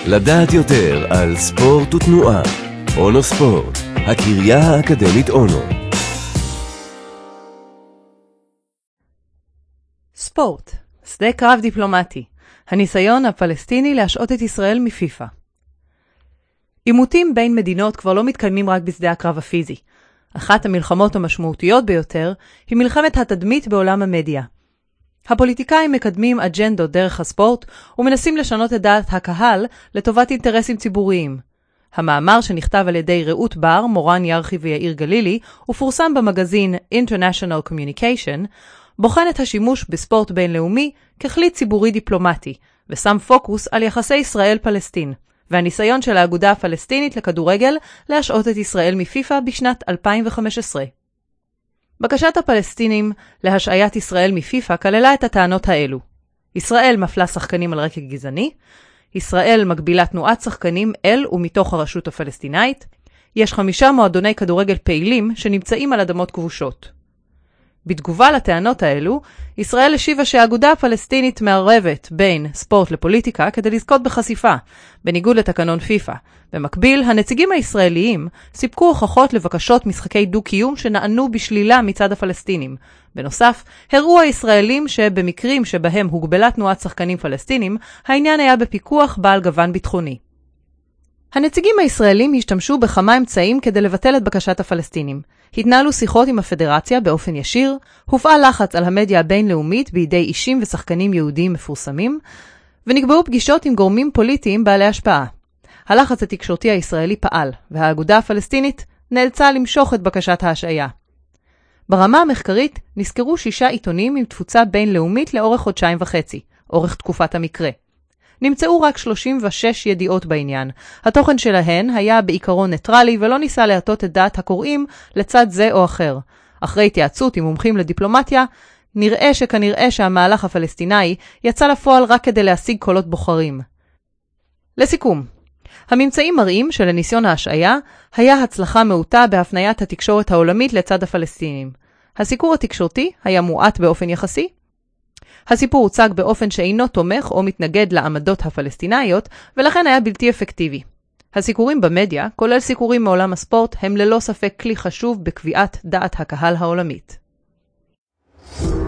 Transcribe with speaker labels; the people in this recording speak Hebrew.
Speaker 1: לדעת יותר על ספורט ותנועה. אונו ספורט, הקריה האקדמית אונו.
Speaker 2: ספורט, שדה קרב דיפלומטי, הניסיון הפלסטיני להשעות את ישראל מפיפה. עימותים בין מדינות כבר לא מתקיימים רק בשדה הקרב הפיזי. אחת המלחמות המשמעותיות ביותר היא מלחמת התדמית בעולם המדיה. הפוליטיקאים מקדמים אג'נדות דרך הספורט ומנסים לשנות את דעת הקהל לטובת אינטרסים ציבוריים. המאמר שנכתב על ידי רעות בר, מורן ירחי ויאיר גלילי ופורסם במגזין International Communication בוחן את השימוש בספורט בינלאומי ככלי ציבורי דיפלומטי ושם פוקוס על יחסי ישראל-פלסטין והניסיון של האגודה הפלסטינית לכדורגל להשעות את ישראל מפיפה בשנת 2015. בקשת הפלסטינים להשעיית ישראל מפיפה כללה את הטענות האלו. ישראל מפלה שחקנים על רקע גזעני, ישראל מגבילה תנועת שחקנים אל ומתוך הרשות הפלסטינאית, יש 5 מועדוני כדורגל פעילים שנמצאים על אדמות כבושות. בתגובה לטענות האלו, ישראל השיבה שהאגודה הפלסטינית מערבת בין ספורט לפוליטיקה כדי לזכות בחשיפה, בניגוד לתקנון פיפה. במקביל, הנציגים הישראליים סיפקו הוכחות לבקשות משחקי דו-קיום שנענו בשלילה מצד הפלסטינים. בנוסף, הראו הישראלים שבמקרים שבהם הוגבלה תנועת שחקנים פלסטינים, העניין היה בפיקוח בעל גוון ביטחוני. הנציגים הישראלים השתמשו בכמה אמצעים כדי לבטל את בקשת הפלסטינים. התנהלו שיחות עם הפדרציה באופן ישיר, הופעל לחץ על המדיה הבינלאומית בידי אישים ושחקנים יהודיים מפורסמים, ונקבעו פגישות עם גורמים פוליטיים בעלי השפעה. הלחץ התקשורתי הישראלי פעל, והאגודה הפלסטינית נאלצה למשוך את בקשת ההשעיה. ברמה המחקרית נזכרו 6 עיתונים עם תפוצה בינלאומית לאורך 1.5 חודשים, אורך תקופת המקרה. נמצאו רק 36 ידיעות בעניין. התוכן שלהן היה בעיקרון ניטרלי ולא ניסה להטות את דעת הקוראים לצד זה או אחר. אחרי התייעצות עם מומחים לדיפלומטיה, נראה שכנראה שהמהלך הפלסטיני יצא לפועל רק כדי להשיג קולות בוחרים. לסיכום, הממצאים מראים שלניסיון ההשעיה היה הצלחה מעוטה בהפניית התקשורת העולמית לצד הפלסטינים. הסיקור התקשורתי היה מועט באופן יחסי, הסיפור הוצג באופן שאינו תומך או מתנגד לעמדות הפלסטינאיות, ולכן היה בלתי אפקטיבי. הסיקורים במדיה, כולל סיקורים מעולם הספורט, הם ללא ספק כלי חשוב בקביעת דעת הקהל העולמית.